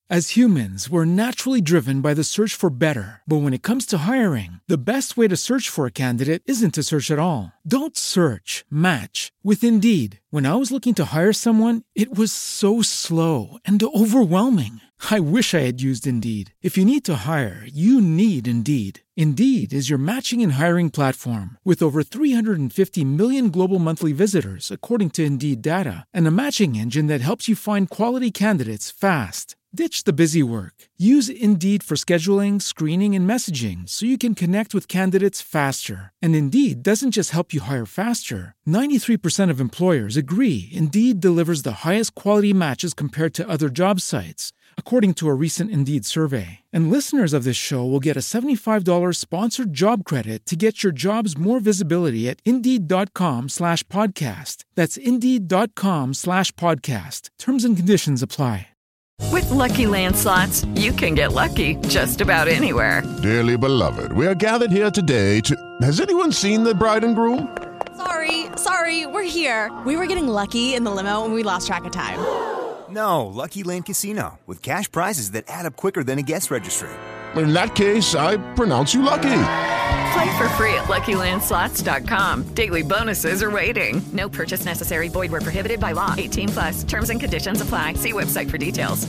As humans, we're naturally driven by the search for better. But when it comes to hiring, the best way to search for a candidate isn't to search at all. Don't search, match with Indeed. When I was looking to hire someone, it was so slow and overwhelming. I wish I had used Indeed. If you need to hire, you need Indeed. Indeed is your matching and hiring platform with over 350 million global monthly visitors, according to Indeed data, and a matching engine that helps you find quality candidates fast. Ditch the busy work. Use Indeed for scheduling, screening, and messaging so you can connect with candidates faster. And Indeed doesn't just help you hire faster. 93% of employers agree Indeed delivers the highest quality matches compared to other job sites, according to a recent Indeed survey. And listeners of this show will get a $75 sponsored job credit to get your jobs more visibility at Indeed.com/podcast. That's Indeed.com/podcast. Terms and conditions apply. With Lucky Land Slots, you can get lucky just about anywhere. Dearly beloved, we are gathered here today to... Has anyone seen the bride and groom? Sorry, we're here. We were getting lucky in the limo and we lost track of time. No, Lucky Land Casino, with cash prizes that add up quicker than a guest registry. In that case, I pronounce you lucky. Play for free at LuckyLandSlots.com. Daily bonuses are waiting. No purchase necessary. Void where prohibited by law. 18+. Terms and conditions apply. See website for details.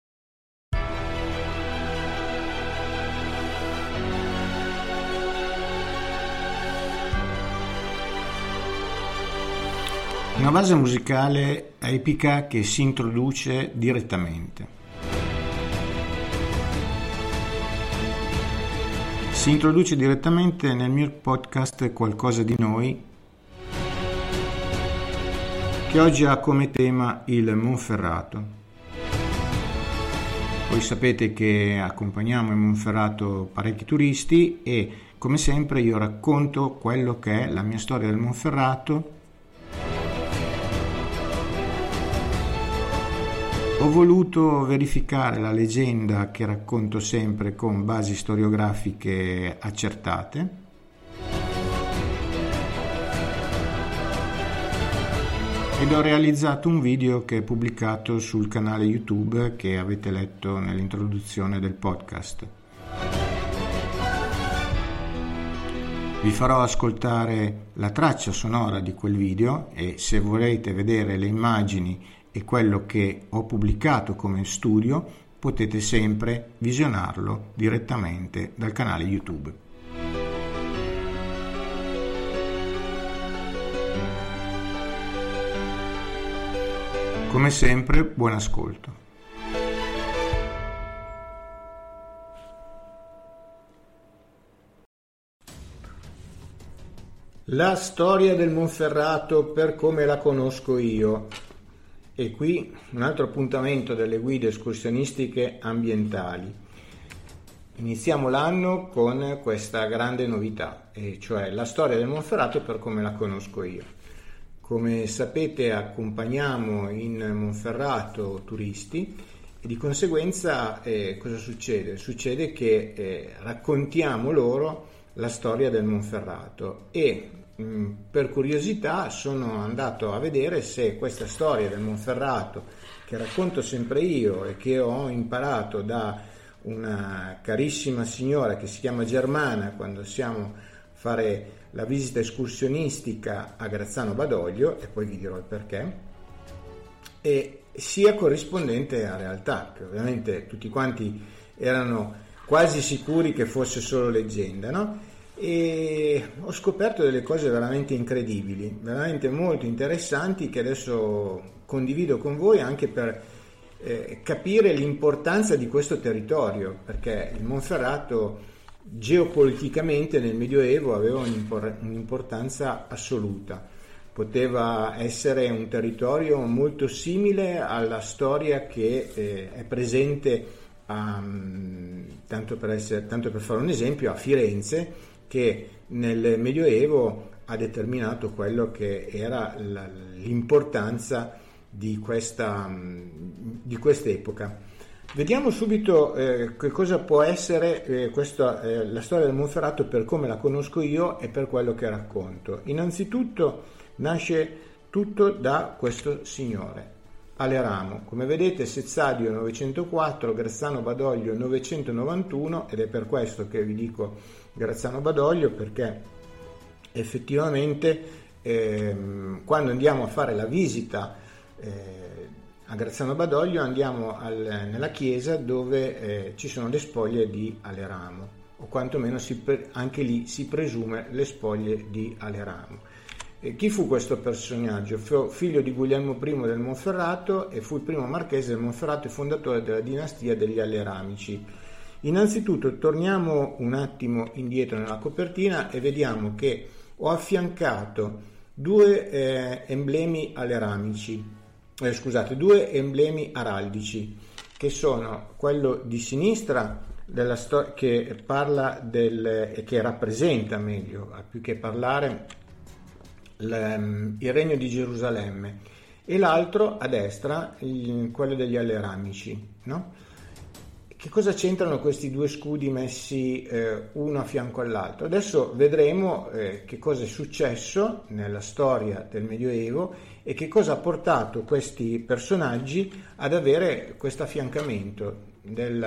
Una base musicale epica che si introduce direttamente. Si introduce direttamente nel mio podcast Qualcosa di noi, che oggi ha come tema il Monferrato. Voi sapete che accompagniamo in Monferrato parecchi turisti e, come sempre, io racconto quello che è la mia storia del Monferrato. Ho voluto verificare la leggenda che racconto sempre con basi storiografiche accertate. Ed ho realizzato un video che è pubblicato sul canale YouTube che avete letto nell'introduzione del podcast. Vi farò ascoltare la traccia sonora di quel video e se volete vedere le immagini e quello che ho pubblicato come studio potete sempre visionarlo direttamente dal canale YouTube. Come sempre, buon ascolto. La storia del Monferrato per come la conosco io. E qui un altro appuntamento delle guide escursionistiche ambientali. Iniziamo l'anno con questa grande novità, e cioè la storia del Monferrato per come la conosco io. Come sapete accompagniamo in Monferrato turisti e di conseguenza cosa succede? Succede che raccontiamo loro la storia del Monferrato e per curiosità sono andato a vedere se questa storia del Monferrato che racconto sempre io e che ho imparato da una carissima signora che si chiama Germana quando siamo a fare la visita escursionistica a Grazzano Badoglio, e poi vi dirò il perché, e sia corrispondente a realtà, che ovviamente tutti quanti erano quasi sicuri che fosse solo leggenda, no? E ho scoperto delle cose veramente incredibili, veramente molto interessanti che adesso condivido con voi anche per capire l'importanza di questo territorio, perché il Monferrato geopoliticamente nel Medioevo aveva un'importanza assoluta, poteva essere un territorio molto simile alla storia che è presente tanto per fare un esempio, a Firenze, che nel Medioevo ha determinato quello che era l'importanza di quest'epoca. Vediamo subito che cosa può essere la storia del Monferrato per come la conosco io e per quello che racconto. Innanzitutto nasce tutto da questo signore, Aleramo. Come vedete, Sezzadio 904, Grazzano Badoglio 991, ed è per questo che vi dico Grazzano Badoglio, perché effettivamente quando andiamo a fare la visita a Grazzano Badoglio andiamo nella chiesa dove ci sono le spoglie di Aleramo, o quantomeno anche lì si presume le spoglie di Aleramo. Chi fu questo personaggio? Fu figlio di Guglielmo I del Monferrato e fu il primo marchese del Monferrato e fondatore della dinastia degli Aleramici. Innanzitutto torniamo un attimo indietro nella copertina e vediamo che ho affiancato due emblemi aleramici, due emblemi araldici, che sono quello di sinistra che parla che rappresenta meglio, più che parlare, il regno di Gerusalemme, e l'altro a destra quello degli Aleramici, no? Che cosa c'entrano questi due scudi messi uno a fianco all'altro? Adesso vedremo che cosa è successo nella storia del Medioevo e che cosa ha portato questi personaggi ad avere questo affiancamento del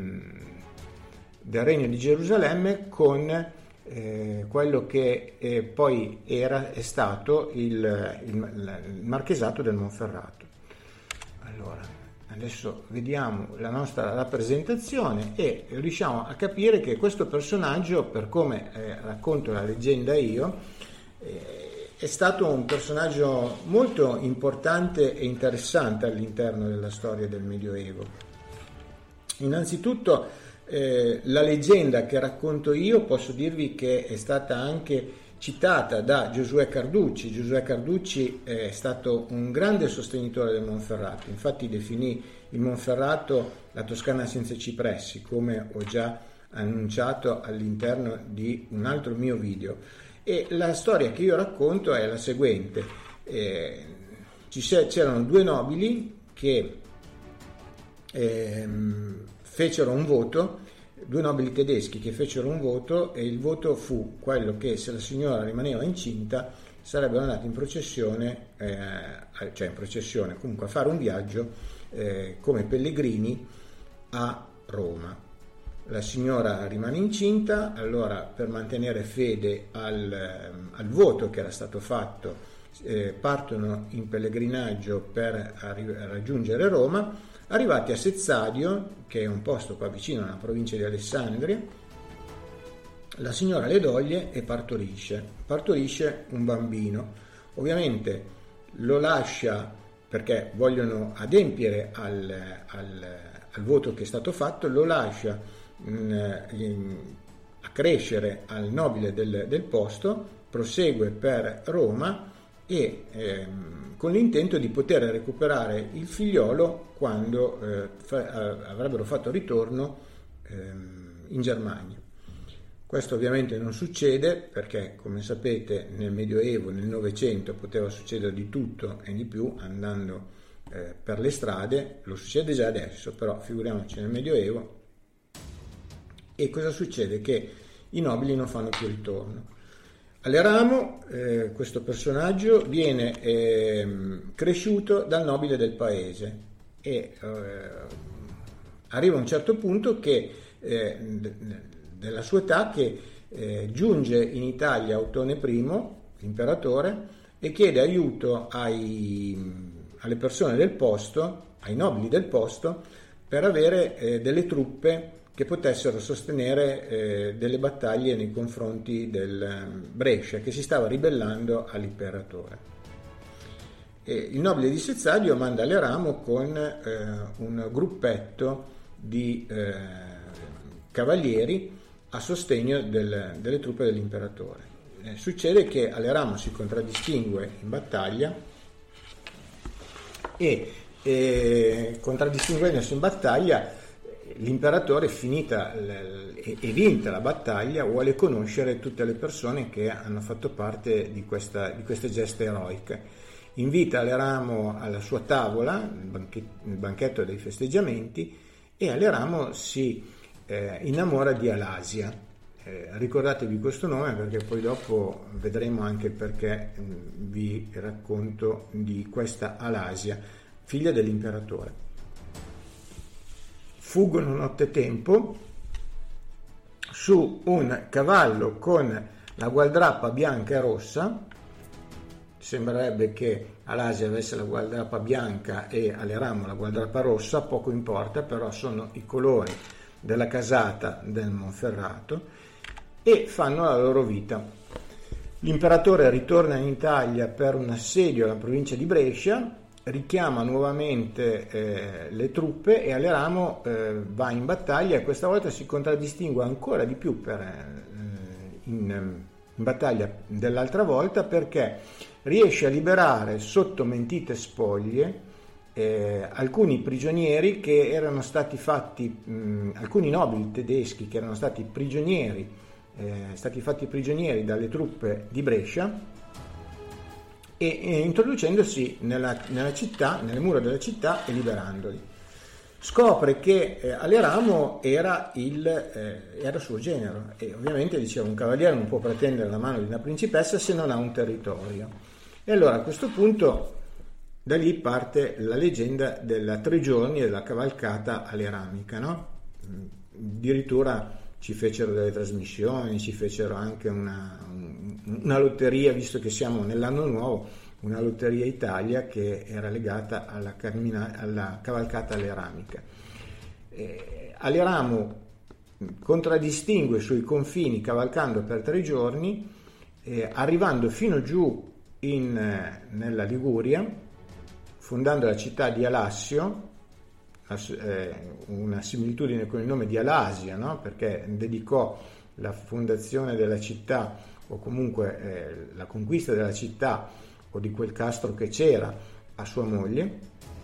regno di Gerusalemme con quello che poi è stato il marchesato del Monferrato. Allora, adesso vediamo la nostra rappresentazione e riusciamo a capire che questo personaggio, per come racconto la leggenda io, è stato un personaggio molto importante e interessante all'interno della storia del Medioevo. Innanzitutto la leggenda che racconto io posso dirvi che è stata anche citata da Giosuè Carducci. Giosuè Carducci è stato un grande sostenitore del Monferrato, infatti definì il Monferrato la Toscana senza cipressi, come ho già annunciato all'interno di un altro mio video. E la storia che io racconto è la seguente: c'erano due nobili che fecero un voto, due nobili tedeschi che fecero un voto, e il voto fu quello che se la signora rimaneva incinta sarebbero andati in processione, comunque a fare un viaggio come pellegrini a Roma. La signora rimane incinta, allora per mantenere fede al voto che era stato fatto partono in pellegrinaggio per raggiungere Roma. Arrivati a Sezzadio, che è un posto qua vicino alla provincia di Alessandria, la signora le doglie e partorisce un bambino. Ovviamente lo lascia perché vogliono adempiere al voto che è stato fatto, lo lascia a crescere al nobile del posto, prosegue per Roma e con l'intento di poter recuperare il figliolo quando avrebbero fatto ritorno in Germania. Questo ovviamente non succede perché, come sapete, nel Medioevo, nel Novecento poteva succedere di tutto e di più andando per le strade. Lo succede già adesso, però figuriamoci nel Medioevo. E cosa succede? Che i nobili non fanno più ritorno. Aleramo, questo personaggio, viene cresciuto dal nobile del paese e arriva a un certo punto che della sua età che giunge in Italia Ottone I, l'imperatore, e chiede aiuto alle persone del posto, ai nobili del posto, per avere delle truppe che potessero sostenere delle battaglie nei confronti del Brescia, che si stava ribellando all'imperatore. Il nobile di Sezzadio manda Aleramo con un gruppetto di cavalieri a sostegno delle truppe dell'imperatore. Succede che Aleramo si contraddistingue in battaglia e contraddistinguendosi in battaglia l'imperatore, finita e vinta la battaglia, vuole conoscere tutte le persone che hanno fatto parte di queste gesta eroiche. Invita Aleramo alla sua tavola, il banchetto dei festeggiamenti, e Aleramo si innamora di Alasia. Ricordatevi questo nome perché poi dopo vedremo anche perché vi racconto di questa Alasia. figlia dell'imperatore. Fuggono nottetempo su un cavallo con la gualdrappa bianca e rossa. Sembrerebbe che Alasia avesse la gualdrappa bianca e Aleramo la gualdrappa rossa, poco importa, però sono i colori della casata del Monferrato e fanno la loro vita. L'imperatore ritorna in Italia per un assedio alla provincia di Brescia, richiama nuovamente le truppe e Aleramo va in battaglia e questa volta si contraddistingue ancora di più in battaglia dell'altra volta, perché riesce a liberare sotto mentite spoglie alcuni prigionieri che erano stati fatti, alcuni nobili tedeschi che erano stati fatti prigionieri dalle truppe di Brescia, e introducendosi nella città, nelle mura della città e liberandoli. Scopre che Aleramo era suo genero e ovviamente diceva un cavaliere non può pretendere la mano di una principessa se non ha un territorio. E allora a questo punto da lì parte la leggenda della 3 giorni della cavalcata aleramica, no? Addirittura ci fecero delle trasmissioni, ci fecero anche una lotteria, visto che siamo nell'anno nuovo, una lotteria Italia che era legata alla cavalcata aleramica. Aleramo contraddistingue sui confini cavalcando per 3 giorni, arrivando fino giù nella Liguria, fondando la città di Alassio, una similitudine con il nome di Alasia, no? Perché dedicò la fondazione della città o comunque la conquista della città o di quel castro che c'era a sua moglie,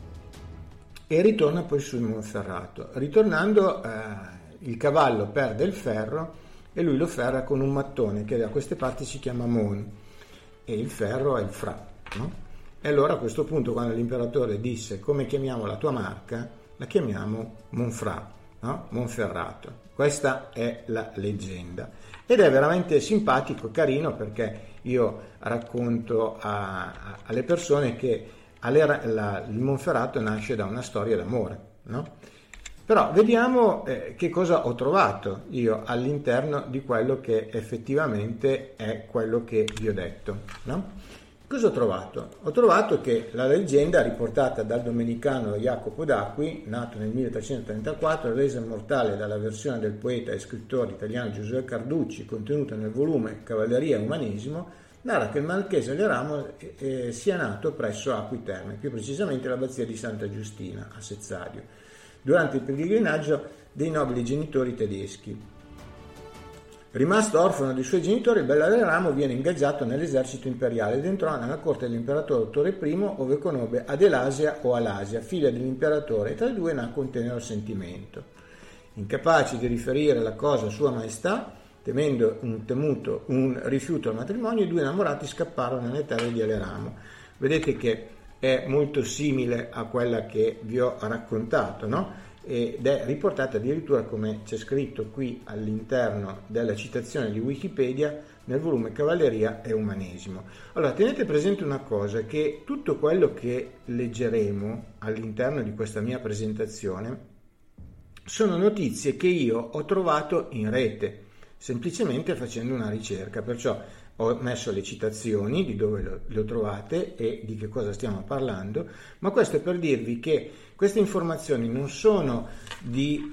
e ritorna poi sul Monferrato. Ritornando il cavallo perde il ferro e lui lo ferra con un mattone che da queste parti si chiama Mon e il ferro è il Fra, no? E allora a questo punto, quando l'imperatore disse come chiamiamo la tua marca, la chiamiamo Monfra, no? Monferrato. Questa è la leggenda ed è veramente simpatico, carino, perché io racconto alle persone che il Monferrato nasce da una storia d'amore, no? Però vediamo che cosa ho trovato io all'interno di quello che effettivamente è quello che vi ho detto, no? Cosa ho trovato? Ho trovato che la leggenda riportata dal domenicano Jacopo d'Acqui, nato nel 1334, resa immortale dalla versione del poeta e scrittore italiano Giosuè Carducci, contenuta nel volume Cavalleria e Umanesimo, narra che il marchese Aleramo sia nato presso Acqui Terme, più precisamente l'abbazia di Santa Giustina a Sezzario, durante il pellegrinaggio dei nobili genitori tedeschi. Rimasto orfano dei suoi genitori, il bello Aleramo viene ingaggiato nell'esercito imperiale ed entrò nella corte dell'imperatore Ottone I, ove conobbe Adelasia o Alasia, figlia dell'imperatore, e tra i due nacque un tenero sentimento. Incapace di riferire la cosa a sua maestà, temendo un rifiuto al matrimonio, i due innamorati scapparono nelle terre di Aleramo. Vedete che è molto simile a quella che vi ho raccontato, no? Ed è riportata addirittura, come c'è scritto qui all'interno della citazione di Wikipedia, nel volume Cavalleria e Umanesimo. Allora, tenete presente una cosa, che tutto quello che leggeremo all'interno di questa mia presentazione sono notizie che io ho trovato in rete, semplicemente facendo una ricerca, perciò ho messo le citazioni di dove le ho trovate e di che cosa stiamo parlando, ma questo è per dirvi che queste informazioni non sono di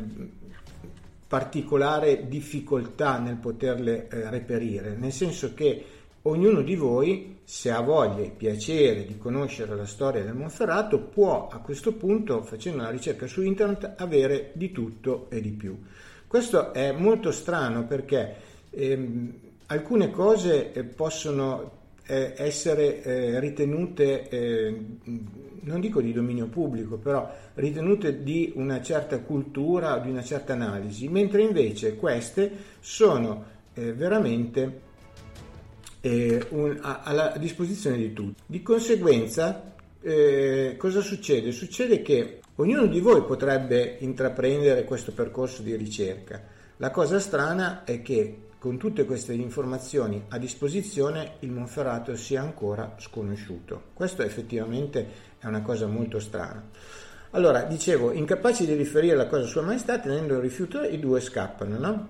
particolare difficoltà nel poterle reperire, nel senso che ognuno di voi, se ha voglia e piacere di conoscere la storia del Monferrato, può a questo punto, facendo una ricerca su internet, avere di tutto e di più. Questo è molto strano perché alcune cose possono essere ritenute, non dico di dominio pubblico, però ritenute di una certa cultura o di una certa analisi, mentre invece queste sono veramente alla disposizione di tutti. Di conseguenza, cosa succede? Succede che ognuno di voi potrebbe intraprendere questo percorso di ricerca. La cosa strana è che con tutte queste informazioni a disposizione il Monferrato sia ancora sconosciuto. Questo effettivamente è una cosa molto strana. Allora, dicevo, incapaci di riferire la cosa a Sua Maestà, tenendo il rifiuto, i due scappano, no?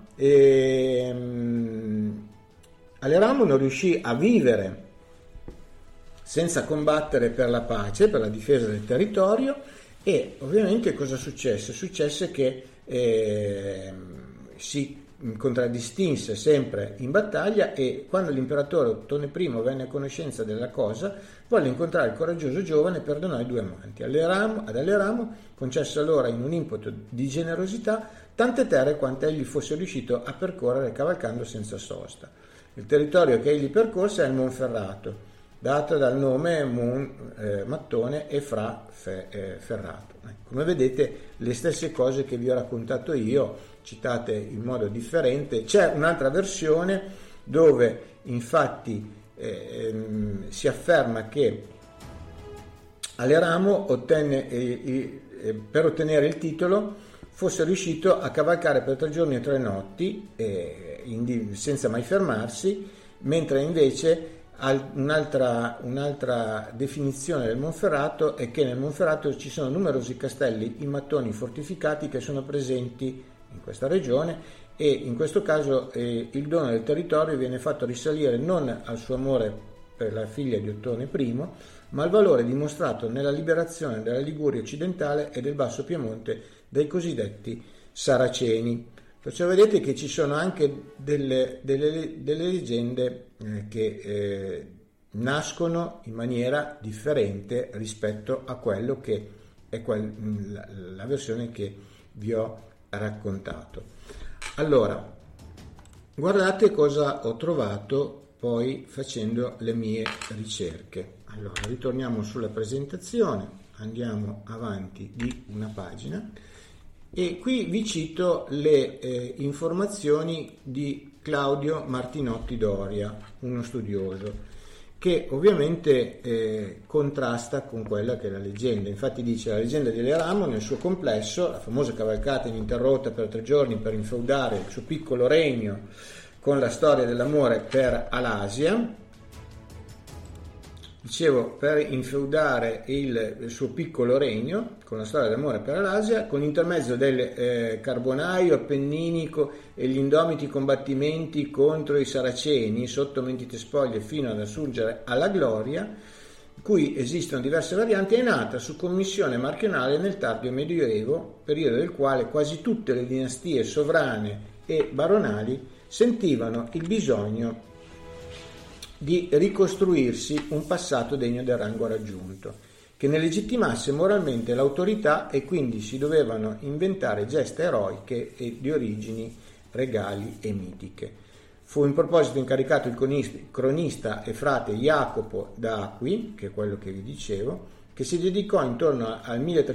Aleramo non riuscì a vivere senza combattere per la pace, per la difesa del territorio, e ovviamente cosa successe? Successe che si contraddistinse sempre in battaglia, e quando l'imperatore Ottone I venne a conoscenza della cosa, volle incontrare il coraggioso giovane e perdonò i due amanti. Ad Aleramo concesse allora, in un impeto di generosità, tante terre quante egli fosse riuscito a percorrere cavalcando senza sosta. Il territorio che egli percorse è il Monferrato, dato dal nome Mattone e Ferrato. Come vedete, le stesse cose che vi ho raccontato io, citate in modo differente. C'è un'altra versione dove infatti si afferma che Aleramo per ottenere il titolo fosse riuscito a cavalcare per 3 giorni e 3 notti senza mai fermarsi, mentre invece un'altra definizione del Monferrato è che nel Monferrato ci sono numerosi castelli in mattoni fortificati che sono presenti in questa regione, e in questo caso il dono del territorio viene fatto risalire non al suo amore per la figlia di Ottone I, ma al valore dimostrato nella liberazione della Liguria occidentale e del Basso Piemonte dai cosiddetti Saraceni. Perciò vedete che ci sono anche delle leggende che nascono in maniera differente rispetto a quello che è la versione che vi ho raccontato. Allora, guardate cosa ho trovato poi facendo le mie ricerche. Allora, ritorniamo sulla presentazione, andiamo avanti di una pagina, e qui vi cito le informazioni di Claudio Martinotti Doria, uno studioso, che ovviamente contrasta con quella che è la leggenda. Infatti dice: la leggenda di Aleramo nel suo complesso, la famosa cavalcata ininterrotta per 3 giorni per infeudare il suo piccolo regno con la storia dell'amore per Alasia. Dicevo, per infeudare il suo piccolo regno con la storia d'amore per Alasia, con l'intermezzo del Carbonaio appenninico e gli indomiti combattimenti contro i Saraceni sotto mentite spoglie fino ad assurgere alla gloria, in cui esistono diverse varianti, è nata su commissione marchionale nel tardo Medioevo, periodo del quale quasi tutte le dinastie sovrane e baronali sentivano il bisogno di ricostruirsi un passato degno del rango raggiunto, che ne legittimasse moralmente l'autorità, e quindi si dovevano inventare gesta eroiche e di origini regali e mitiche. Fu in proposito incaricato il cronista e frate Jacopo da Acqui, che è quello che vi dicevo, che si dedicò intorno al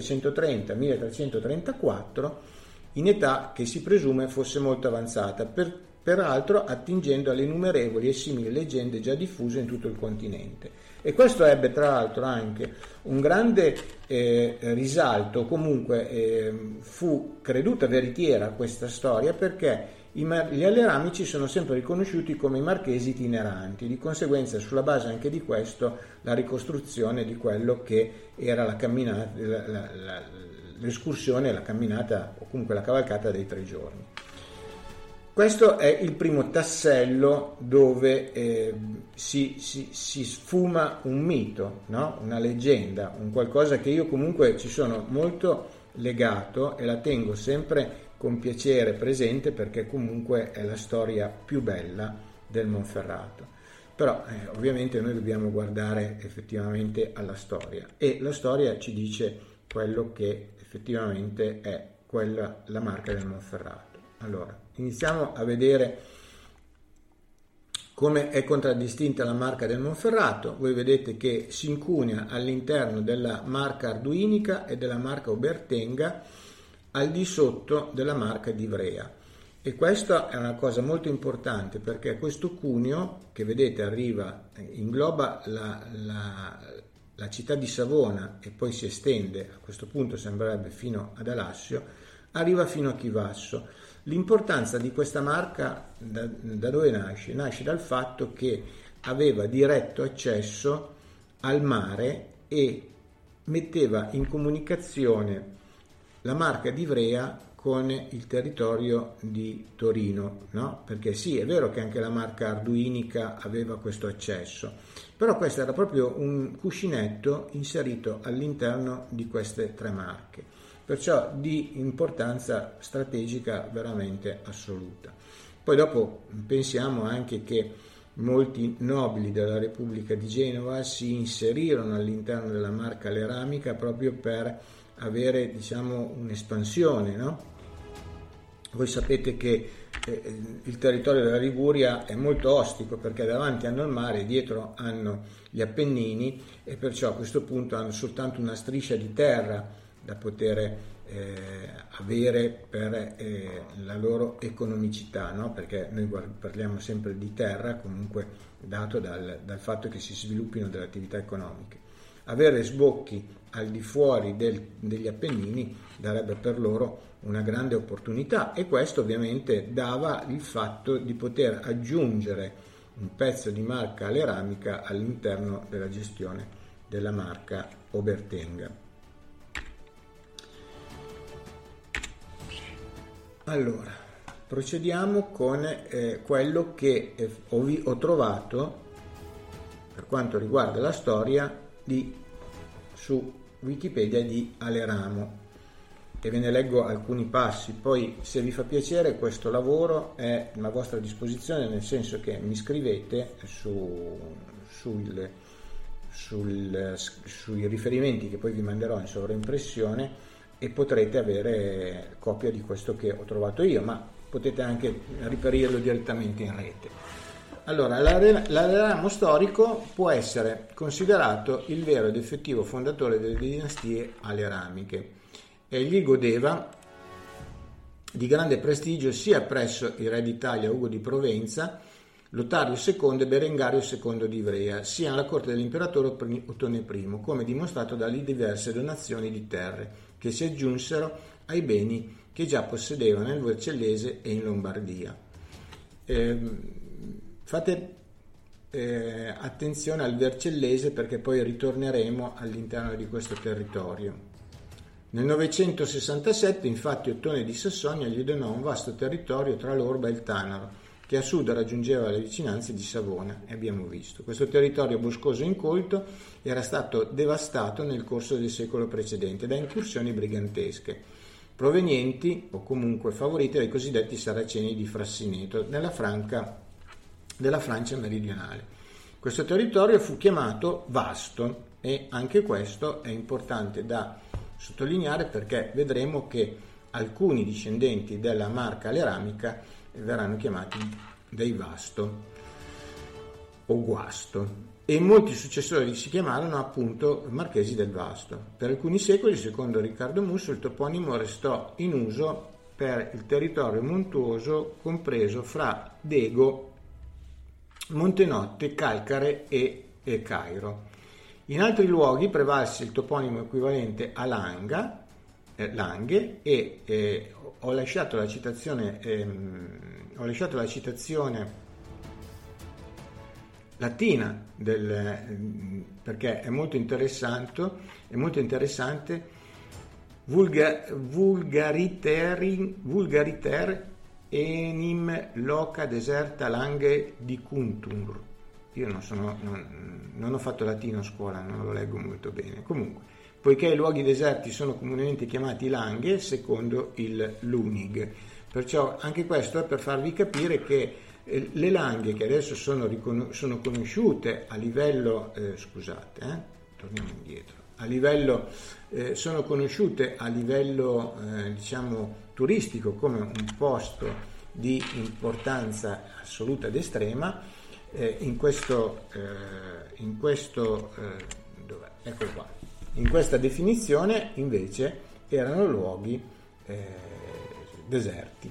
1330-1334, in età che si presume fosse molto avanzata, peraltro attingendo alle innumerevoli e simili leggende già diffuse in tutto il continente. E questo ebbe tra l'altro anche un grande risalto, comunque fu creduta veritiera questa storia, perché gli aleramici sono sempre riconosciuti come i marchesi itineranti, di conseguenza sulla base anche di questo la ricostruzione di quello che era la camminata, l'escursione, la camminata o comunque la cavalcata dei 3 giorni. Questo è il primo tassello dove si sfuma un mito, no? Una leggenda, un qualcosa che io comunque ci sono molto legato e la tengo sempre con piacere presente, perché comunque è la storia più bella del Monferrato. Però ovviamente noi dobbiamo guardare effettivamente alla storia, e la storia ci dice quello che effettivamente è la marca del Monferrato. Allora, iniziamo a vedere come è contraddistinta la marca del Monferrato. Voi vedete che si incunea all'interno della marca arduinica e della marca obertenga, al di sotto della marca di Ivrea. E questa è una cosa molto importante, perché questo cuneo che vedete ingloba la città di Savona e poi si estende, a questo punto sembrerebbe fino ad Alassio, arriva fino a Chivasso. L'importanza di questa marca da dove nasce? Nasce dal fatto che aveva diretto accesso al mare, e metteva in comunicazione la Marca di Ivrea con il territorio di Torino, no? Perché sì, è vero che anche la Marca arduinica aveva questo accesso, però questo era proprio un cuscinetto inserito all'interno di queste 3 marche, perciò di importanza strategica veramente assoluta. Poi dopo pensiamo anche che molti nobili della Repubblica di Genova si inserirono all'interno della Marca Aleramica proprio per avere, diciamo, un'espansione, no? Voi sapete che il territorio della Liguria è molto ostico, perché davanti hanno il mare, dietro hanno gli Appennini, e perciò a questo punto hanno soltanto una striscia di terra da poter avere per la loro economicità, no? Perché noi parliamo sempre di terra, comunque dato dal fatto che si sviluppino delle attività economiche. Avere sbocchi al di fuori degli Appennini darebbe per loro una grande opportunità, e questo ovviamente dava il fatto di poter aggiungere un pezzo di Marca Aleramica all'interno della gestione della Marca Obertenga. Allora, procediamo con quello che ho trovato per quanto riguarda la storia su Wikipedia di Aleramo, e ve ne leggo alcuni passi. Poi, se vi fa piacere, questo lavoro è a vostra disposizione, nel senso che mi scrivete sui riferimenti che poi vi manderò in sovraimpressione, e potrete avere copia di questo che ho trovato io, ma potete anche riperirlo direttamente in rete. Allora, l'Aleramo storico può essere considerato il vero ed effettivo fondatore delle dinastie aleramiche. Egli godeva di grande prestigio sia presso il re d'Italia Ugo di Provenza, Lotario II e Berengario II di Ivrea, sia alla corte dell'imperatore Ottone I, come dimostrato dalle diverse donazioni di terre che si aggiunsero ai beni che già possedeva nel Vercellese e in Lombardia. Fate attenzione al Vercellese, perché poi ritorneremo all'interno di questo territorio. Nel 967 infatti Ottone di Sassonia gli donò un vasto territorio tra l'Orba e il Tanaro, che a sud raggiungeva le vicinanze di Savona, e abbiamo visto. Questo territorio boscoso e incolto era stato devastato nel corso del secolo precedente da incursioni brigantesche, provenienti o comunque favorite dai cosiddetti Saraceni di Frassineto, della Francia meridionale. Questo territorio fu chiamato Vasto, e anche questo è importante da sottolineare, perché vedremo che alcuni discendenti della Marca Aleramica verranno chiamati dei Vasto o Guasto, e molti successori si chiamarono appunto Marchesi del Vasto. Per alcuni secoli, secondo Riccardo Musso, il toponimo restò in uso per il territorio montuoso compreso fra Dego, Montenotte, Calcare e Cairo. In altri luoghi prevalse il toponimo equivalente a Langhe, e ho lasciato la citazione latina perché è molto interessante. Vulgariter enim loca deserta Langhe dicuntur. Io non ho fatto latino a scuola, non lo leggo molto bene. Comunque, poiché i luoghi deserti sono comunemente chiamati Langhe, secondo il Lunig. Perciò anche questo è per farvi capire che le Langhe, che adesso sono conosciute a livello, torniamo indietro, sono conosciute a livello diciamo turistico come un posto di importanza assoluta ed estrema. In questa definizione invece erano luoghi deserti.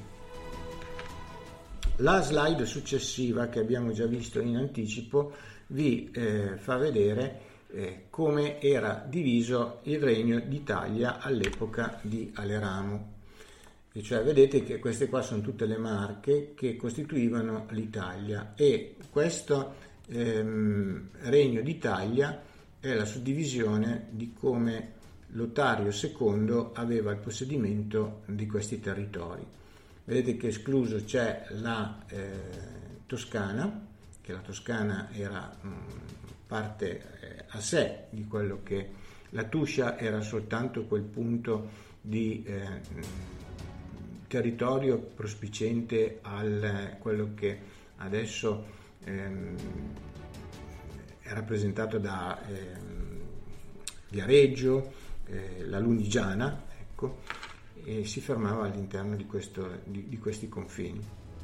La slide successiva, che abbiamo già visto in anticipo, vi fa vedere come era diviso il Regno d'Italia all'epoca di Aleramo. E cioè vedete che queste qua sono tutte le marche che costituivano l'Italia, e questo Regno d'Italia è la suddivisione di come Lotario II aveva il possedimento di questi territori. Vedete che escluso c'è la Toscana, che la Toscana era parte a sé di quello che la Tuscia era soltanto quel punto di territorio prospiciente a quello che adesso è rappresentato da Viareggio, la Lunigiana, ecco, e si fermava all'interno di questi confini.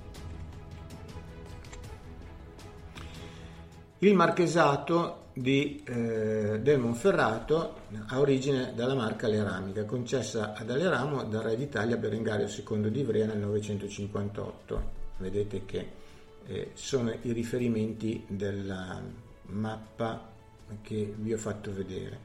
Il marchesato del Monferrato ha origine dalla marca Aleramica, concessa ad Aleramo dal re d'Italia Berengario II di Ivrea nel 958. Vedete che sono i riferimenti della mappa che vi ho fatto vedere.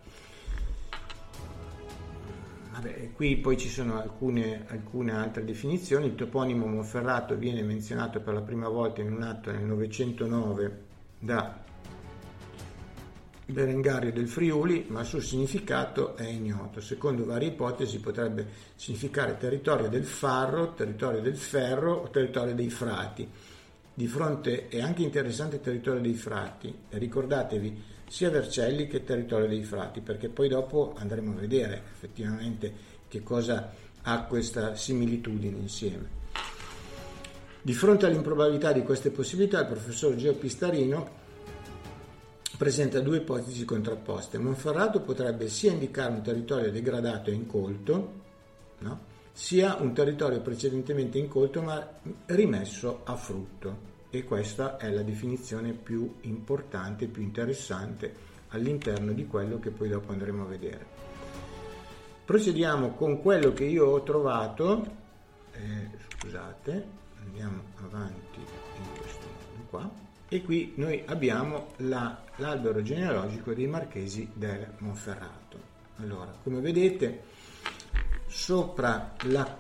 Qui poi ci sono alcune altre definizioni. Il toponimo Monferrato viene menzionato per la prima volta in un atto nel 909 da Berengario del Friuli, ma il suo significato è ignoto. Secondo varie ipotesi potrebbe significare territorio del Farro, territorio del Ferro o territorio dei Frati. Di fronte è anche interessante il territorio dei Frati, e ricordatevi sia Vercelli che territorio dei Frati, perché poi dopo andremo a vedere effettivamente che cosa ha questa similitudine insieme. Di fronte all'improbabilità di queste possibilità, il professor Geo Pistarino presenta due ipotesi contrapposte. Monferrato potrebbe sia indicare un territorio degradato e incolto, no? sia un territorio precedentemente incolto ma rimesso a frutto, e questa è la definizione più importante, più interessante all'interno di quello che poi dopo andremo a vedere. Procediamo con quello che io ho trovato, scusate, andiamo avanti in questo modo qua, e qui noi abbiamo l'albero genealogico dei marchesi del Monferrato. Allora, come vedete, sopra la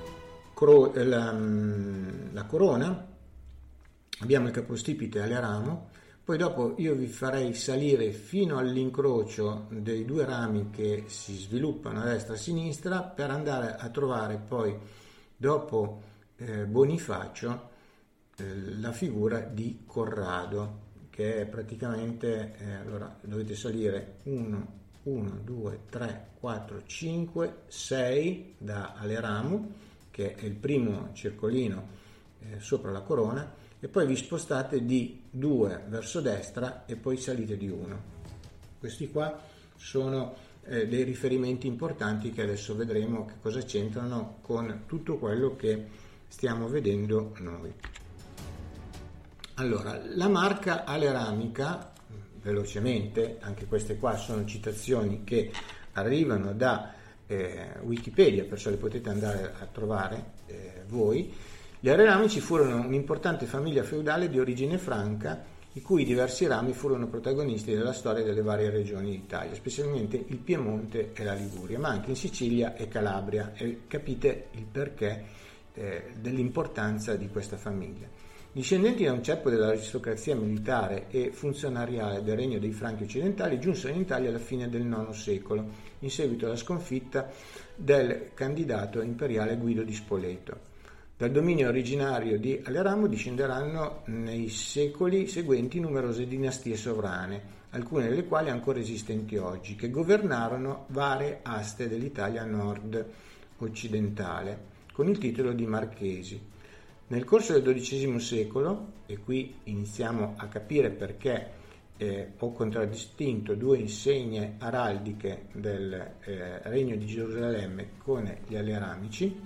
corona abbiamo il capostipite Aleramo, poi dopo io vi farei salire fino all'incrocio dei due rami che si sviluppano a destra e a sinistra per andare a trovare poi dopo Bonifacio la figura di Corrado, che è praticamente, allora dovete salire 1, 2, 3, 4, 5, 6 da Aleramo, che è il primo circolino sopra la corona, e poi vi spostate di 2 verso destra e poi salite di 1. Questi qua sono dei riferimenti importanti che adesso vedremo che cosa c'entrano con tutto quello che stiamo vedendo noi. Allora, la marca Aleramica, velocemente, anche queste qua sono citazioni che arrivano da Wikipedia, perciò le potete andare a trovare voi. Gli Aleramici furono un'importante famiglia feudale di origine franca, i cui diversi rami furono protagonisti della storia delle varie regioni d'Italia, specialmente il Piemonte e la Liguria, ma anche in Sicilia e Calabria, e capite il perché dell'importanza di questa famiglia. Discendenti da un ceppo dell'aristocrazia militare e funzionariale del regno dei Franchi occidentali, giunsero in Italia alla fine del IX secolo, in seguito alla sconfitta del candidato imperiale Guido di Spoleto. Dal dominio originario di Aleramo discenderanno nei secoli seguenti numerose dinastie sovrane, alcune delle quali ancora esistenti oggi, che governarono varie aste dell'Italia nord-occidentale, con il titolo di marchesi. Nel corso del XII secolo, e qui iniziamo a capire perché ho contraddistinto due insegne araldiche del Regno di Gerusalemme con gli Aleramici,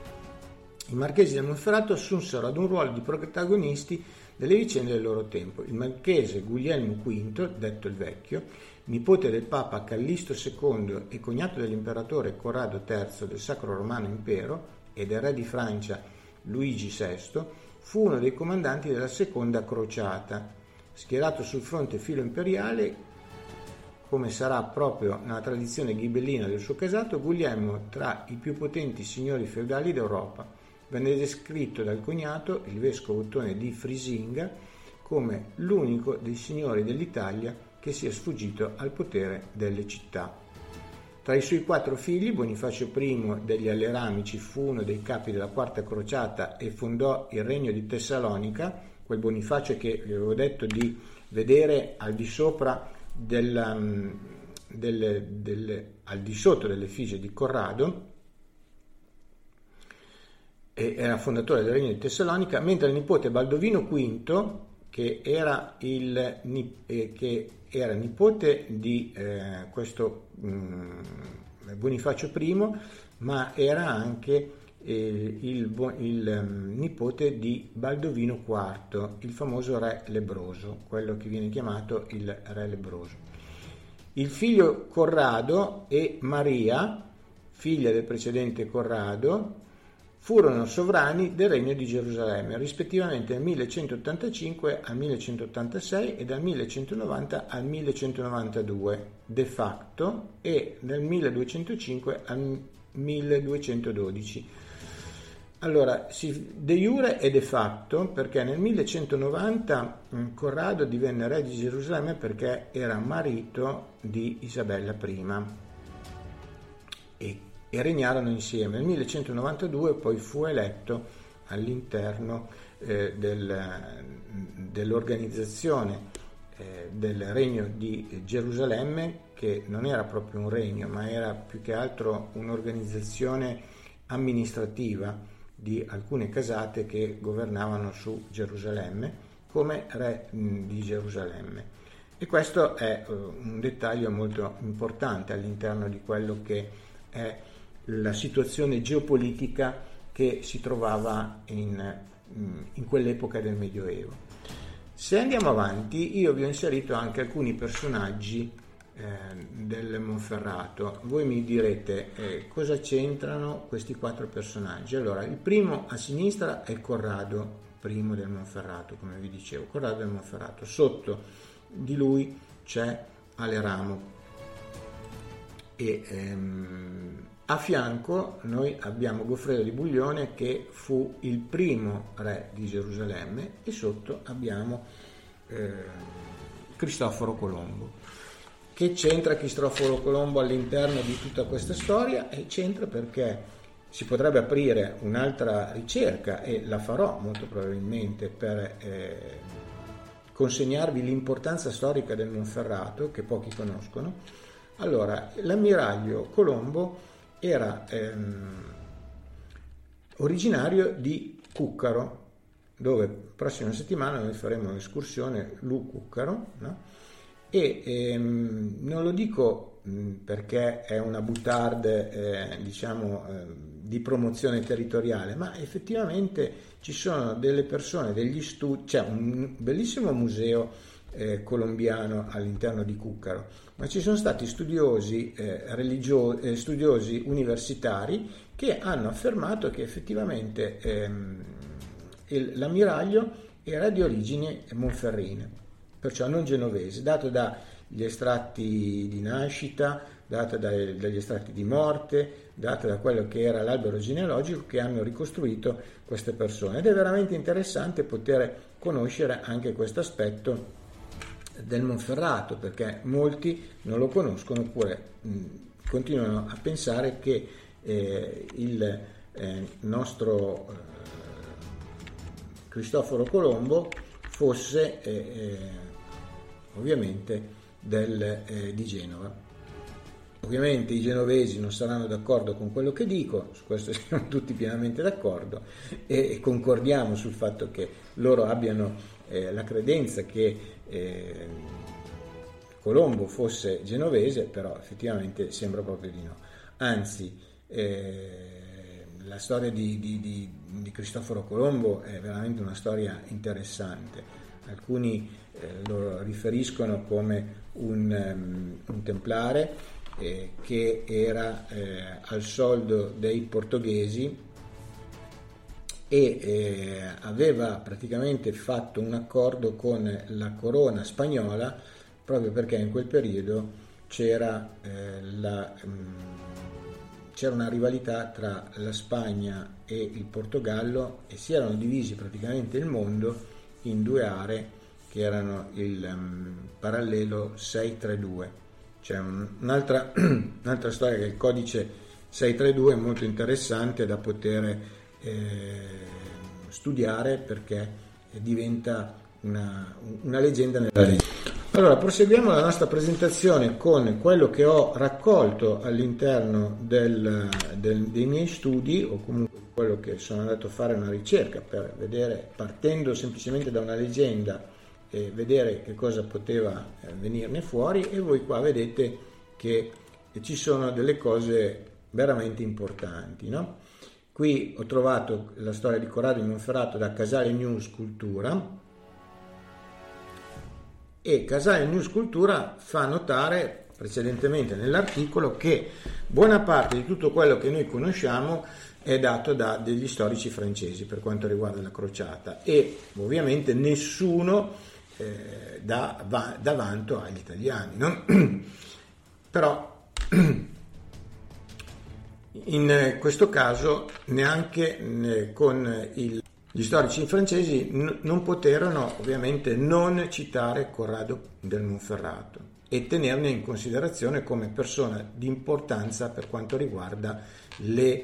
i marchesi del Monferrato assunsero ad un ruolo di protagonisti delle vicende del loro tempo. Il marchese Guglielmo V, detto il Vecchio, nipote del Papa Callisto II e cognato dell'imperatore Corrado III del Sacro Romano Impero e del re di Francia Luigi VI, fu uno dei comandanti della seconda crociata. Schierato sul fronte filo imperiale, come sarà proprio nella tradizione ghibellina del suo casato, Guglielmo tra i più potenti signori feudali d'Europa. Venne descritto dal cognato, il vescovo Ottone di Frisinga, come l'unico dei signori dell'Italia che che sia sfuggito al potere delle città. Tra i suoi 4 figli, Bonifacio I degli Alleramici fu uno dei capi della Quarta Crociata e fondò il Regno di Tessalonica, quel Bonifacio che vi avevo detto di vedere al di sopra al di sotto dell'effigie di Corrado, e era fondatore del Regno di Tessalonica, mentre il nipote Baldovino V, che era nipote di questo Bonifacio I, ma era anche il nipote di Baldovino IV, il famoso re lebbroso, quello che viene chiamato il re lebbroso. Il figlio Corrado e Maria, figlia del precedente Corrado, furono sovrani del Regno di Gerusalemme, rispettivamente dal 1185 al 1186 e dal 1190 al 1192 de facto e dal 1205 al 1212. Allora, de iure e de facto, perché nel 1190 Corrado divenne re di Gerusalemme perché era marito di Isabella I e regnarono insieme. Nel 1192 poi fu eletto all'interno dell'organizzazione del Regno di Gerusalemme, che non era proprio un regno, ma era più che altro un'organizzazione amministrativa di alcune casate che governavano su Gerusalemme come re di Gerusalemme. E questo è un dettaglio molto importante all'interno di quello che è la situazione geopolitica che si trovava in quell'epoca del Medioevo. Se andiamo avanti, io vi ho inserito anche alcuni personaggi del Monferrato. Voi mi direte cosa c'entrano questi 4 personaggi. Allora, il primo a sinistra è Corrado I del Monferrato, come vi dicevo, Corrado del Monferrato. Sotto di lui c'è Aleramo e a fianco noi abbiamo Goffredo di Buglione, che fu il primo re di Gerusalemme, e sotto abbiamo Cristoforo Colombo. Che c'entra Cristoforo Colombo all'interno di tutta questa storia? E c'entra perché si potrebbe aprire un'altra ricerca, e la farò molto probabilmente, per consegnarvi l'importanza storica del Monferrato, che pochi conoscono. Allora, l'ammiraglio Colombo era originario di Cuccaro, dove prossima settimana noi faremo un'escursione Lu Cuccaro, no? E non lo dico perché è una boutade di promozione territoriale, ma effettivamente ci sono delle persone, degli studi, c'è un bellissimo museo colombiano all'interno di Cuccaro, ma ci sono stati studiosi studiosi universitari che hanno affermato che effettivamente l'ammiraglio era di origini monferrine, perciò non genovese, dato dagli estratti di nascita, dato dagli estratti di morte, dato da quello che era l'albero genealogico che hanno ricostruito queste persone. Ed è veramente interessante poter conoscere anche questo aspetto del Monferrato, perché molti non lo conoscono, oppure continuano a pensare che il nostro Cristoforo Colombo fosse ovviamente di Genova. Ovviamente i genovesi non saranno d'accordo con quello che dico, su questo siamo tutti pienamente d'accordo, e concordiamo sul fatto che loro abbiano la credenza che Colombo fosse genovese, però effettivamente sembra proprio di no. Anzi, la storia di Cristoforo Colombo è veramente una storia interessante. Alcuni lo riferiscono come un templare che era al soldo dei portoghesi e aveva praticamente fatto un accordo con la corona spagnola, proprio perché in quel periodo c'era una rivalità tra la Spagna e il Portogallo, e si erano divisi praticamente il mondo in 2 aree, che erano il parallelo 632. C'è un'altra storia, che è il codice 632, è molto interessante da poter studiare, perché diventa una leggenda nella leggenda. Allora, proseguiamo la nostra presentazione con quello che ho raccolto all'interno dei miei studi, o comunque quello che sono andato a fare una ricerca per vedere, partendo semplicemente da una leggenda, e vedere che cosa poteva venirne fuori. E voi qua vedete che ci sono delle cose veramente importanti, no? Qui ho trovato la storia di Corrado di Monferrato da Casale News Cultura, e Casale News Cultura fa notare precedentemente nell'articolo che buona parte di tutto quello che noi conosciamo è dato da degli storici francesi per quanto riguarda la crociata, e ovviamente nessuno dà vanto agli italiani, no? Però in questo caso neanche con gli storici francesi non poterono ovviamente non citare Corrado del Monferrato e tenerne in considerazione come persona di importanza per quanto riguarda le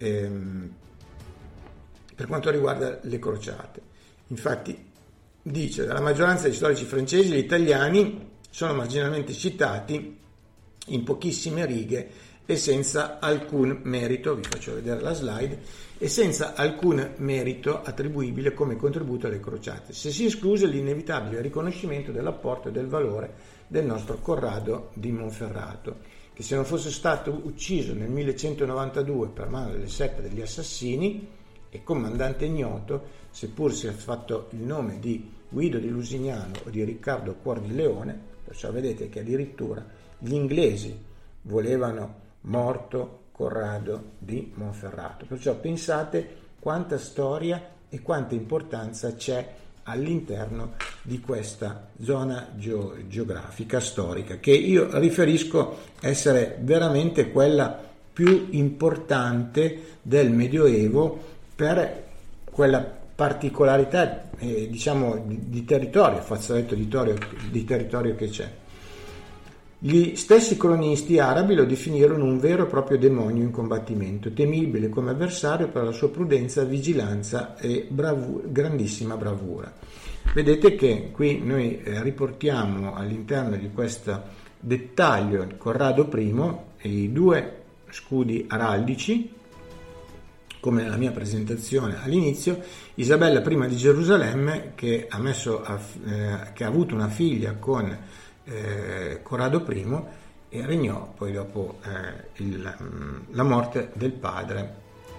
crociate. Infatti dice: dalla maggioranza degli storici francesi, gli italiani sono marginalmente citati in pochissime righe e senza alcun merito, vi faccio vedere la slide, e senza alcun merito attribuibile come contributo alle crociate, se si escluse l'inevitabile riconoscimento dell'apporto e del valore del nostro Corrado di Monferrato, che se non fosse stato ucciso nel 1192 per mano delle sette degli assassini e comandante ignoto, seppur sia fatto il nome di Guido di Lusignano o di Riccardo Cuor di Leone, perciò vedete che addirittura gli inglesi volevano morto Corrado di Monferrato. Perciò pensate quanta storia e quanta importanza c'è all'interno di questa zona geografica storica, che io riferisco essere veramente quella più importante del Medioevo per quella particolarità diciamo di territorio, fazzoletto di territorio che c'è. Gli stessi cronisti arabi lo definirono un vero e proprio demonio in combattimento, temibile come avversario per la sua prudenza, vigilanza e grandissima bravura. Vedete che qui noi riportiamo all'interno di questo dettaglio Corrado I e i due scudi araldici, come nella mia presentazione all'inizio, Isabella I di Gerusalemme, che ha avuto una figlia con Corrado I e regnò poi dopo la morte del padre.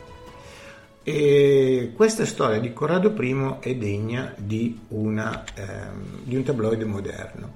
E questa storia di Corrado I è degna di un tabloide moderno.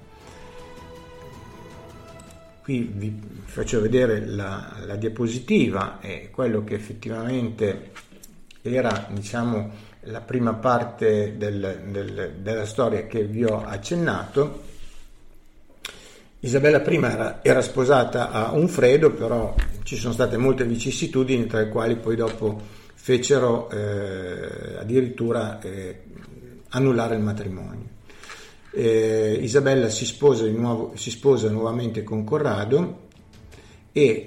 Qui vi faccio vedere la diapositiva e quello che effettivamente era, diciamo, la prima parte della storia che vi ho accennato. Isabella I era sposata a Unfredo, però ci sono state molte vicissitudini, tra le quali poi dopo fecero addirittura annullare il matrimonio. Isabella si sposa nuovamente con Corrado e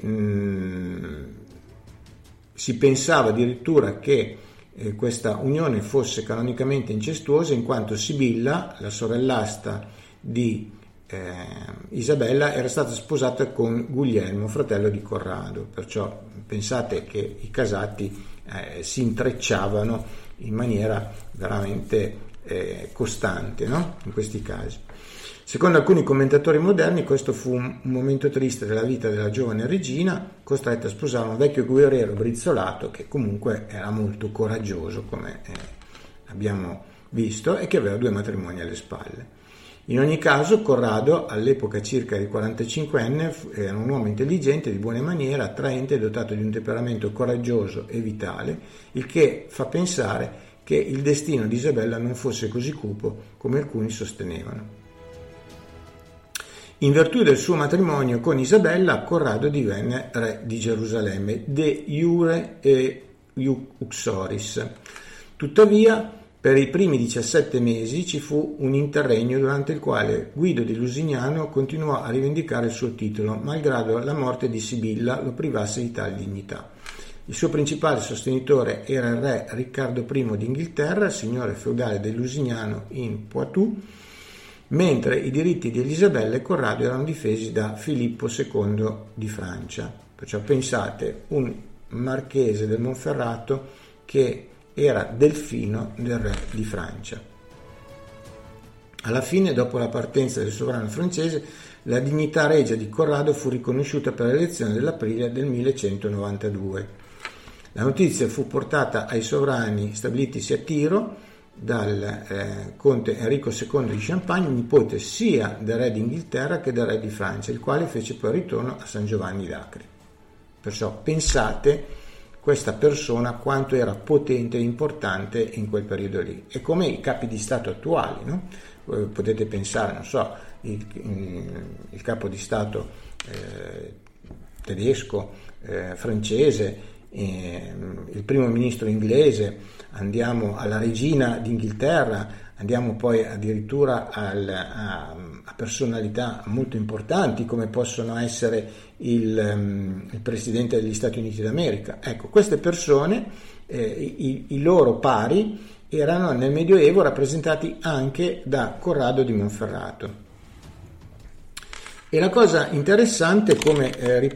si pensava addirittura che questa unione fosse canonicamente incestuosa, in quanto Sibilla, la sorellastra di Isabella, era stata sposata con Guglielmo, fratello di Corrado. Perciò pensate che i casati si intrecciavano in maniera veramente costante, no? In questi casi. Secondo alcuni commentatori moderni, questo fu un momento triste della vita della giovane regina, costretta a sposare un vecchio guerriero brizzolato che comunque era molto coraggioso, come abbiamo visto, e che aveva 2 matrimoni alle spalle. In ogni caso, Corrado, all'epoca circa di 45enne, era un uomo intelligente, di buone maniere, attraente e dotato di un temperamento coraggioso e vitale, il che fa pensare che il destino di Isabella non fosse così cupo come alcuni sostenevano. In virtù del suo matrimonio con Isabella, Corrado divenne re di Gerusalemme, de iure e uxoris. Tuttavia, Per i primi 17 mesi ci fu un interregno durante il quale Guido di Lusignano continuò a rivendicare il suo titolo, malgrado la morte di Sibilla lo privasse di tale dignità. Il suo principale sostenitore era il re Riccardo I d'Inghilterra, signore feudale del Lusignano in Poitou, mentre i diritti di Elisabella e Corrado erano difesi da Filippo II di Francia. Perciò pensate, un marchese del Monferrato che era delfino del re di Francia. Alla fine, dopo la partenza del sovrano francese, la dignità regia di Corrado fu riconosciuta per l'elezione dell'aprile del 1192. La notizia fu portata ai sovrani stabilitisi a Tiro dal conte Enrico II di Champagne, nipote sia del re d'Inghilterra che del re di Francia, il quale fece poi ritorno a San Giovanni d'Acri. Perciò pensate questa persona quanto era potente e importante in quel periodo lì, e come i capi di Stato attuali, no? Potete pensare, non so, il capo di Stato tedesco, francese, il primo ministro inglese, andiamo alla regina d'Inghilterra, andiamo poi addirittura a personalità molto importanti come possono essere il presidente degli Stati Uniti d'America. Ecco, queste persone, i loro pari erano nel Medioevo rappresentati anche da Corrado di Monferrato. E la cosa interessante, come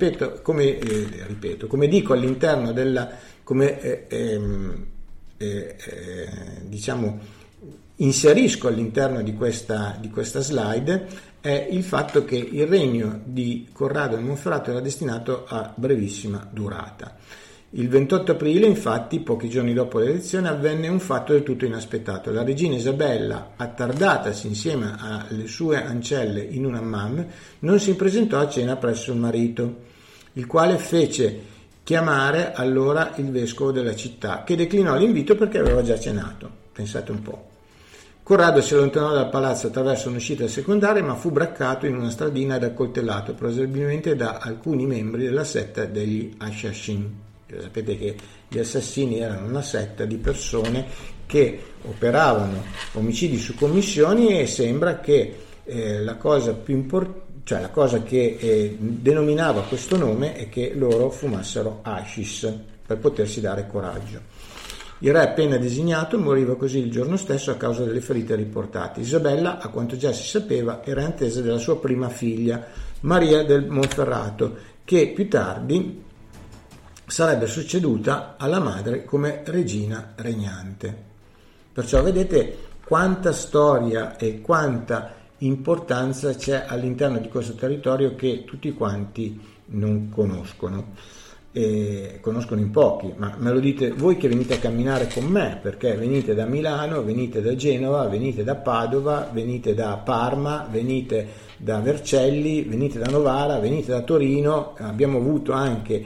dico all'interno della, inserisco all'interno di questa slide, è il fatto che il regno di Corrado di Monferrato era destinato a brevissima durata. Il 28 aprile, infatti, pochi giorni dopo l'elezione, avvenne un fatto del tutto inaspettato. La regina Isabella, attardatasi insieme alle sue ancelle in un hammam, non si presentò a cena presso il marito, il quale fece chiamare allora il vescovo della città, che declinò l'invito perché aveva già cenato. Pensate un po'. Corrado si allontanò dal palazzo attraverso un'uscita secondaria, ma fu braccato in una stradina ed accoltellato, presumibilmente da alcuni membri della setta degli Assassini. Sapete che gli assassini erano una setta di persone che operavano omicidi su commissioni, e sembra che la cosa più importante, la cosa che denominava questo nome è che loro fumassero hashish per potersi dare coraggio. Il re appena designato moriva così il giorno stesso a causa delle ferite riportate. Isabella, a quanto già si sapeva, era in attesa della sua prima figlia, Maria del Monferrato, che più tardi sarebbe succeduta alla madre come regina regnante. Perciò vedete quanta storia e quanta importanza c'è all'interno di questo territorio che tutti quanti non conoscono. Conoscono in pochi, ma me lo dite voi che venite a camminare con me, perché venite da Milano, venite da Genova, venite da Padova, venite da Parma, venite da Vercelli, venite da Novara, venite da Torino. Abbiamo avuto anche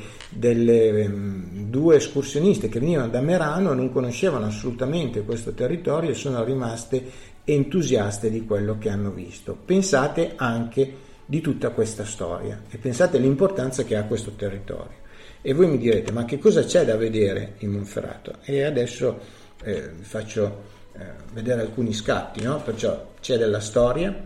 due escursioniste che venivano da Merano, non conoscevano assolutamente questo territorio e sono rimaste entusiaste di quello che hanno visto. Pensate anche di tutta questa storia e pensate all'importanza che ha questo territorio. E voi mi direte, ma che cosa c'è da vedere in Monferrato? E adesso vi faccio vedere alcuni scatti, no? Perciò c'è della storia.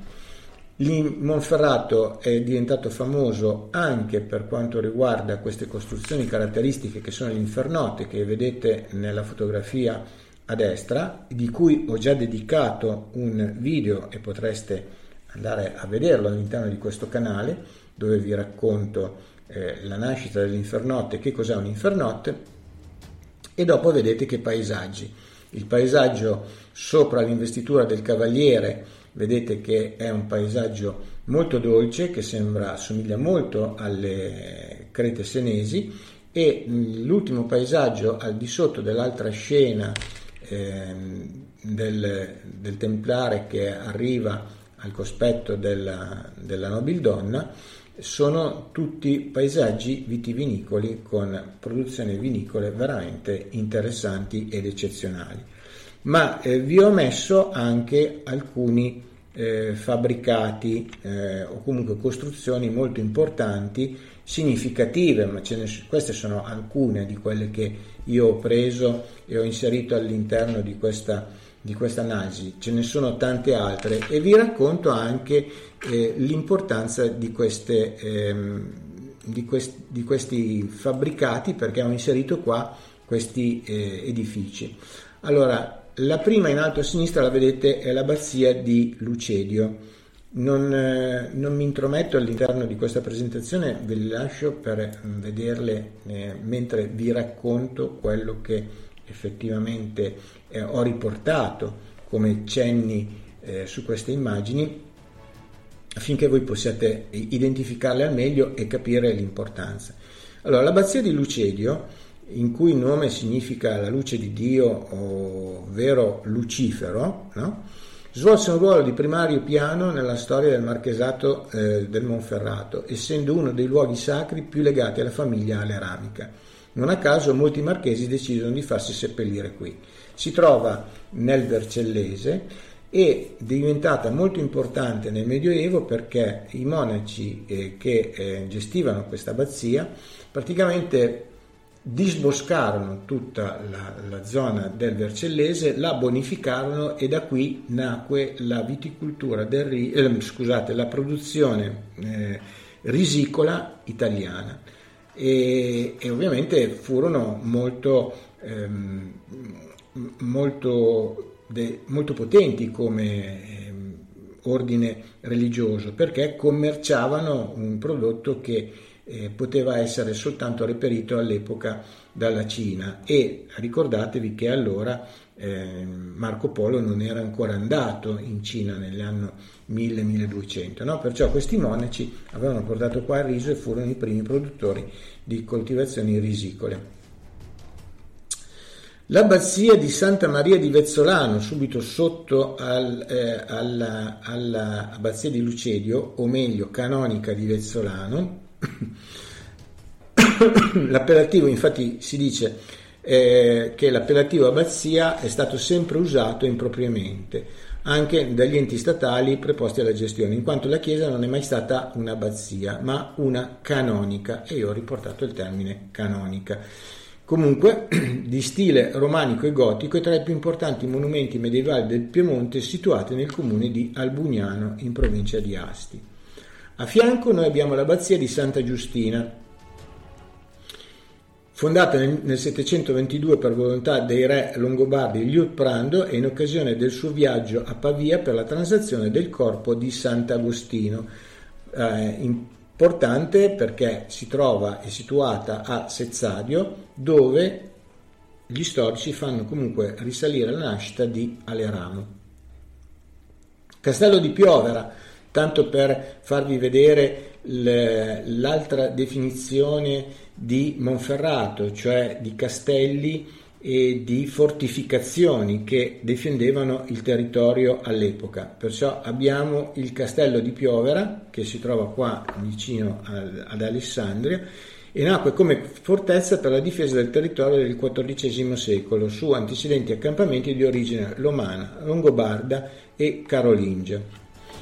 Monferrato è diventato famoso anche per quanto riguarda queste costruzioni caratteristiche che sono le infernote, che vedete nella fotografia a destra, di cui ho già dedicato un video e potreste andare a vederlo all'interno di questo canale, dove vi racconto la nascita dell'infernotte, che cos'è un infernotte, e dopo vedete che paesaggi. Il paesaggio sopra l'investitura del Cavaliere, vedete che è un paesaggio molto dolce, che assomiglia molto alle crete senesi, e l'ultimo paesaggio al di sotto dell'altra scena del templare che arriva al cospetto della nobildonna, sono tutti paesaggi vitivinicoli con produzioni vinicole veramente interessanti ed eccezionali. Ma vi ho messo anche alcuni fabbricati o comunque costruzioni molto importanti, significative, ma queste sono alcune di quelle che io ho preso e ho inserito all'interno di questa di questa analisi, ce ne sono tante altre, e vi racconto anche l'importanza di questi fabbricati, perché ho inserito qua questi edifici. Allora, la prima in alto a sinistra, la vedete, è l'abbazia di Lucedio. Non mi intrometto all'interno di questa presentazione, ve le lascio per vederle mentre vi racconto quello che effettivamente ho riportato come cenni su queste immagini, affinché voi possiate identificarle al meglio e capire l'importanza. Allora, l'abbazia di Lucedio, in cui il nome significa la luce di Dio, ovvero Lucifero, no? Svolse un ruolo di primario piano nella storia del marchesato del Monferrato, essendo uno dei luoghi sacri più legati alla famiglia aleramica. Non a caso molti marchesi decidono di farsi seppellire qui. Si trova nel Vercellese ed è diventata molto importante nel Medioevo, perché i monaci che gestivano questa abbazia praticamente disboscarono tutta la zona del Vercellese, la bonificarono, e da qui nacque la viticoltura la produzione risicola italiana, e ovviamente furono molto potenti come ordine religioso, perché commerciavano un prodotto che poteva essere soltanto reperito all'epoca dalla Cina, e ricordatevi che allora Marco Polo non era ancora andato in Cina nell'anno 1000-1200, no? Perciò questi monaci avevano portato qua il riso e furono i primi produttori di coltivazioni risicole. L'abbazia di Santa Maria di Vezzolano, subito sotto all'abbazia di Lucedio, o meglio canonica di Vezzolano. L'appellativo, infatti, si dice che l'appellativo abbazia è stato sempre usato impropriamente anche dagli enti statali preposti alla gestione, in quanto la chiesa non è mai stata un'abbazia ma una canonica, e io ho riportato il termine canonica. Comunque, di stile romanico e gotico, è tra i più importanti monumenti medievali del Piemonte, situati nel comune di Albugnano, in provincia di Asti. A fianco noi abbiamo l'abbazia di Santa Giustina, fondata nel 722 per volontà dei re longobardi Liutprando, e in occasione del suo viaggio a Pavia per la transazione del corpo di Sant'Agostino. Importante perché è situata a Sezzadio, dove gli storici fanno comunque risalire la nascita di Aleramo. Castello di Piovera, tanto per farvi vedere l'altra definizione di Monferrato, cioè di castelli e di fortificazioni che difendevano il territorio all'epoca. Perciò abbiamo il castello di Piovera, che si trova qua vicino ad Alessandria, e nacque come fortezza per la difesa del territorio del XIV secolo su antecedenti accampamenti di origine romana, longobarda e carolingia.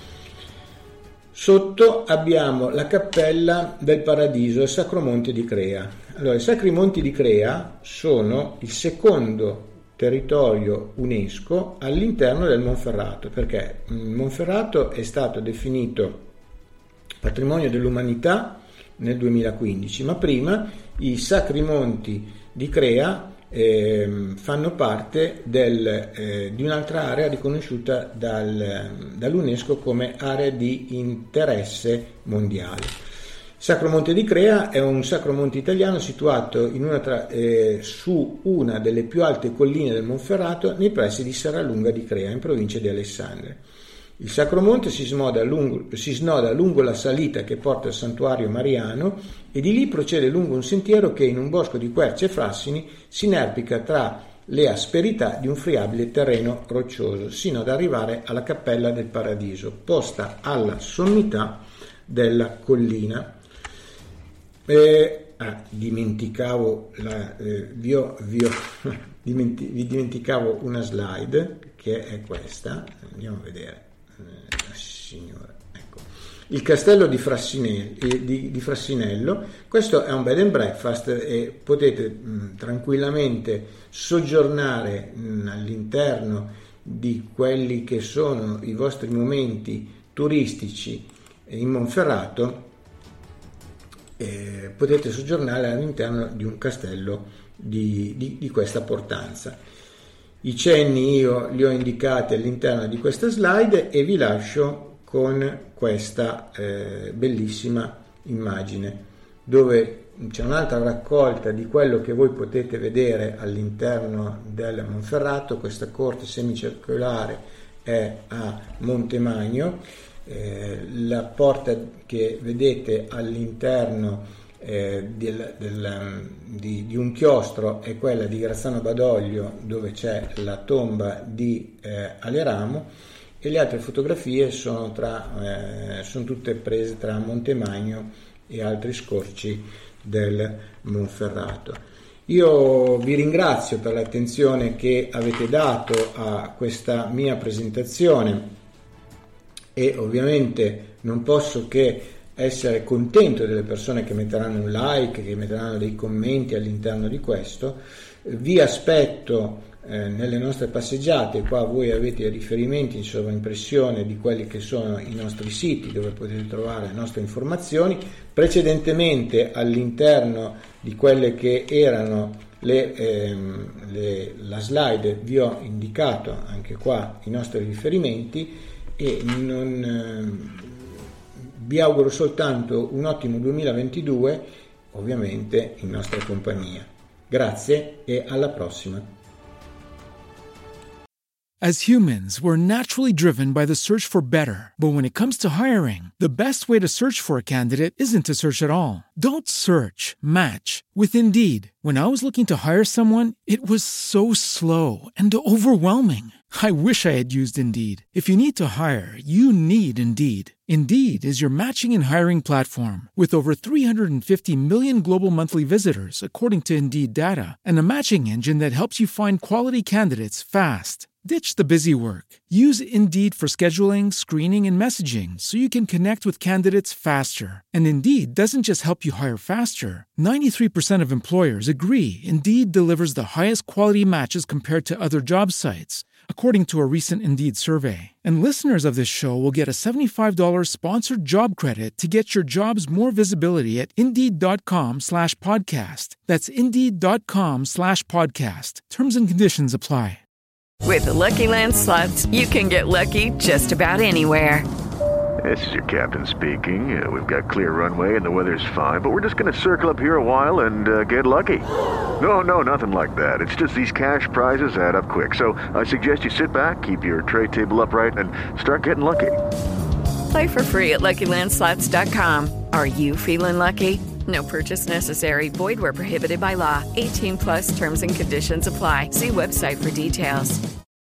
Sotto abbiamo la cappella del Paradiso e Sacro Monte di Crea. Allora, i Sacri Monti di Crea sono il secondo territorio UNESCO all'interno del Monferrato, perché il Monferrato è stato definito patrimonio dell'umanità nel 2015, ma prima i Sacri Monti di Crea fanno parte di un'altra area riconosciuta dall'UNESCO come area di interesse mondiale. Sacro Monte di Crea è un sacromonte italiano situato su una delle più alte colline del Monferrato, nei pressi di Serralunga di Crea, in provincia di Alessandria. Il Sacromonte si snoda lungo la salita che porta al santuario mariano, e di lì procede lungo un sentiero che, in un bosco di querce e frassini, si inerpica tra le asperità di un friabile terreno roccioso, sino ad arrivare alla Cappella del Paradiso, posta alla sommità della collina. Dimenticavo vi dimenticavo una slide, che è questa. Andiamo a vedere. Signora, ecco. Il castello di Frassinello. Questo è un bed and breakfast e potete tranquillamente soggiornare all'interno di quelli che sono i vostri momenti turistici in Monferrato, potete soggiornare all'interno di un castello di questa portanza. I cenni io li ho indicati all'interno di questa slide e vi lascio con questa bellissima immagine dove c'è un'altra raccolta di quello che voi potete vedere all'interno del Monferrato. Questa corte semicircolare è a Montemagno, la porta che vedete all'interno di un chiostro è quella di Grazzano Badoglio, dove c'è la tomba di Aleramo, e le altre fotografie sono tutte prese tra Montemagno e altri scorci del Monferrato. Io vi ringrazio per l'attenzione che avete dato a questa mia presentazione e ovviamente non posso che essere contento delle persone che metteranno un like, che metteranno dei commenti all'interno di questo. Vi aspetto nelle nostre passeggiate. Qua voi avete i riferimenti in sovraimpressione di quelli che sono i nostri siti dove potete trovare le nostre informazioni. Precedentemente all'interno di quelle che erano la slide vi ho indicato anche qua i nostri riferimenti e vi auguro soltanto un ottimo 2022, ovviamente in nostra compagnia. Grazie e alla prossima. As humans, we're naturally driven by the search for better. But when it comes to hiring, the best way to search for a candidate isn't to search at all. Don't search, match with Indeed. When I was looking to hire someone, it was so slow and overwhelming. I wish I had used Indeed. If you need to hire, you need Indeed. Indeed is your matching and hiring platform with over 350 million global monthly visitors, according to Indeed data, and a matching engine that helps you find quality candidates fast. Ditch the busy work. Use Indeed for scheduling, screening, and messaging so you can connect with candidates faster. And Indeed doesn't just help you hire faster. 93% of employers agree Indeed delivers the highest quality matches compared to other job sites, according to a recent Indeed survey. And listeners of this show will get a $75 sponsored job credit to get your jobs more visibility at Indeed.com/podcast. That's Indeed.com/podcast. Terms and conditions apply. With the Lucky Land Slots, you can get lucky just about anywhere. This is your captain speaking. We've got clear runway and the weather's fine, but we're just going to circle up here a while and get lucky. No, nothing like that. It's just these cash prizes add up quick. So I suggest you sit back, keep your tray table upright, and start getting lucky. Play for free at LuckyLandSlots.com. Are you feeling lucky? No purchase necessary. Void where prohibited by law. 18+ terms and conditions apply. See website for details.